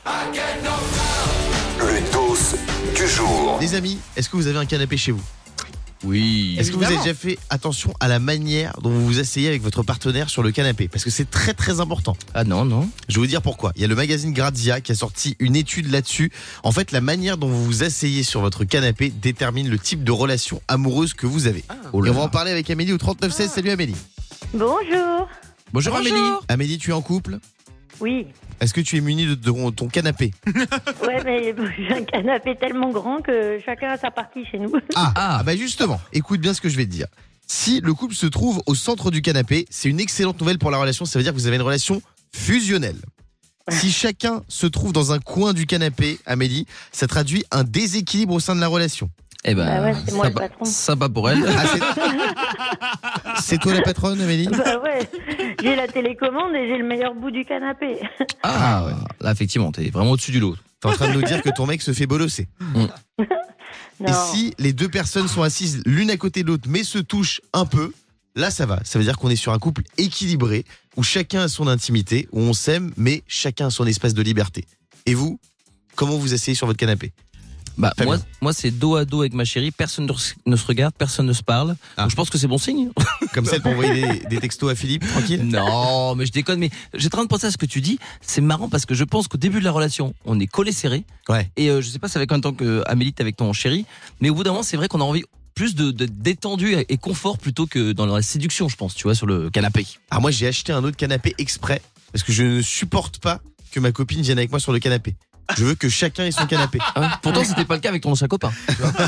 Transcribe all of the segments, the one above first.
Le dos du jour. Les amis, est-ce que vous avez un canapé chez vous ? Oui. Est-ce que vous avez déjà fait attention à la manière dont vous vous asseyez avec votre partenaire sur le canapé ? Parce que c'est très très important. Ah non. Je vais vous dire pourquoi. Il y a le magazine Grazia qui a sorti une étude là-dessus. En fait, la manière dont vous vous asseyez sur votre canapé détermine le type de relation amoureuse que vous avez. Et on va en parler avec Amélie au 3916. Salut Amélie. Bonjour. Bonjour Amélie. Amélie, tu es en couple ? Oui. Est-ce que tu es muni de ton canapé ? Ouais, mais j'ai un canapé tellement grand que chacun a sa partie chez nous. Ah bah justement, écoute bien ce que je vais te dire. Si le couple se trouve au centre du canapé, c'est une excellente nouvelle pour la relation. Ça veut dire que vous avez une relation fusionnelle. Si chacun se trouve dans un coin du canapé, Amélie, ça traduit un déséquilibre au sein de la relation. Eh ben, Bah ouais, c'est moi le patron. Sympa pour elle. C'est toi la patronne, Amélie ? Bah ouais, j'ai la télécommande et j'ai le meilleur bout du canapé. Ah ouais. Là, effectivement, t'es vraiment au-dessus du lot. T'es en train de nous dire que ton mec se fait bolosser. Non. Et si les deux personnes sont assises l'une à côté de l'autre mais se touchent un peu, là ça va. Ça veut dire qu'on est sur un couple équilibré où chacun a son intimité, où on s'aime mais chacun a son espace de liberté. Et vous, comment vous asseyez sur votre canapé ? Bah Fabien. moi c'est dos à dos avec ma chérie, personne ne se regarde, personne ne se parle. Donc je pense que c'est bon signe. Comme ça pour envoyer des textos à Philippe, tranquille ? Non, mais je déconne. Mais j'étais en train de penser à ce que tu dis. C'est marrant parce que je pense qu'au début de la relation, on est collés serrés. Ouais. Et je sais pas, ça fait combien de temps que Amélie t'es avec ton chéri, mais au bout d'un moment, c'est vrai qu'on a envie plus de détendu et confort plutôt que dans la séduction, je pense. Tu vois, sur le canapé. Ah moi j'ai acheté un autre canapé exprès parce que je ne supporte pas que ma copine vienne avec moi sur le canapé. Je veux que chacun ait son canapé. Pourtant, c'était pas le cas avec ton ancien copain.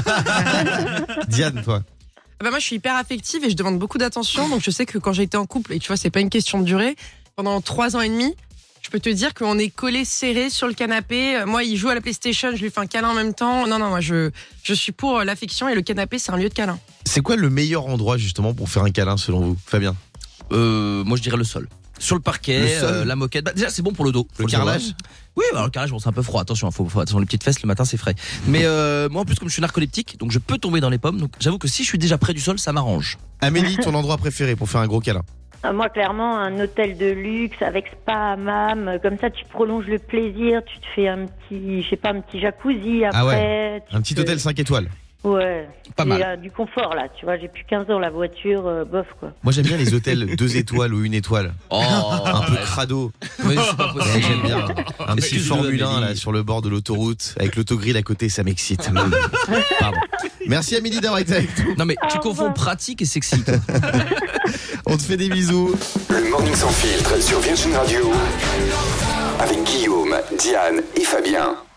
Diane, toi ? Bah moi je suis hyper affective et je demande beaucoup d'attention, donc je sais que quand j'ai été en couple, et tu vois c'est pas une question de durée, pendant 3 ans et demi, je peux te dire qu'on est collés serrés sur le canapé. Moi il joue à la PlayStation, je lui fais un câlin en même temps. Non, moi je suis pour l'affection et le canapé c'est un lieu de câlin. C'est quoi le meilleur endroit justement pour faire un câlin selon vous, Fabien ? Moi je dirais le sol. Sur le parquet, Le sol. la moquette. Bah, déjà c'est bon pour le dos. Le carrelage ? Oui, alors le carrelage, bon, c'est un peu froid. Attention, faut attention les petites fesses le matin, c'est frais. Mais moi en plus comme je suis narcoleptique, donc je peux tomber dans les pommes. Donc j'avoue que si je suis déjà près du sol, ça m'arrange. Amélie, ton endroit préféré pour faire un gros câlin ? Moi, clairement, un hôtel de luxe avec spa, hammam, comme ça tu prolonges le plaisir, tu te fais un petit jacuzzi après. Ah ouais, tu un petit te- hôtel 5 étoiles. Ouais, Pas j'ai mal. du confort là, tu vois, j'ai plus 15 ans la voiture, bof quoi. Moi j'aime bien les hôtels 2 étoiles ou 1 étoile. Oh, Un peu crado. Mais c'est pas Ouais, possible. j'aime bien. Un petit Excuse-nous, Formule 1 là, Amélie. sur le bord de l'autoroute avec l'autogrill à côté, ça m'excite. Pardon. Merci Amélie d'avoir été avec nous. Non mais tu Au confonds revoir. pratique et sexy. Toi. On te fait des bisous. Le Morning Sans Filtre sur Virgin Radio avec Guillaume, Diane et Fabien.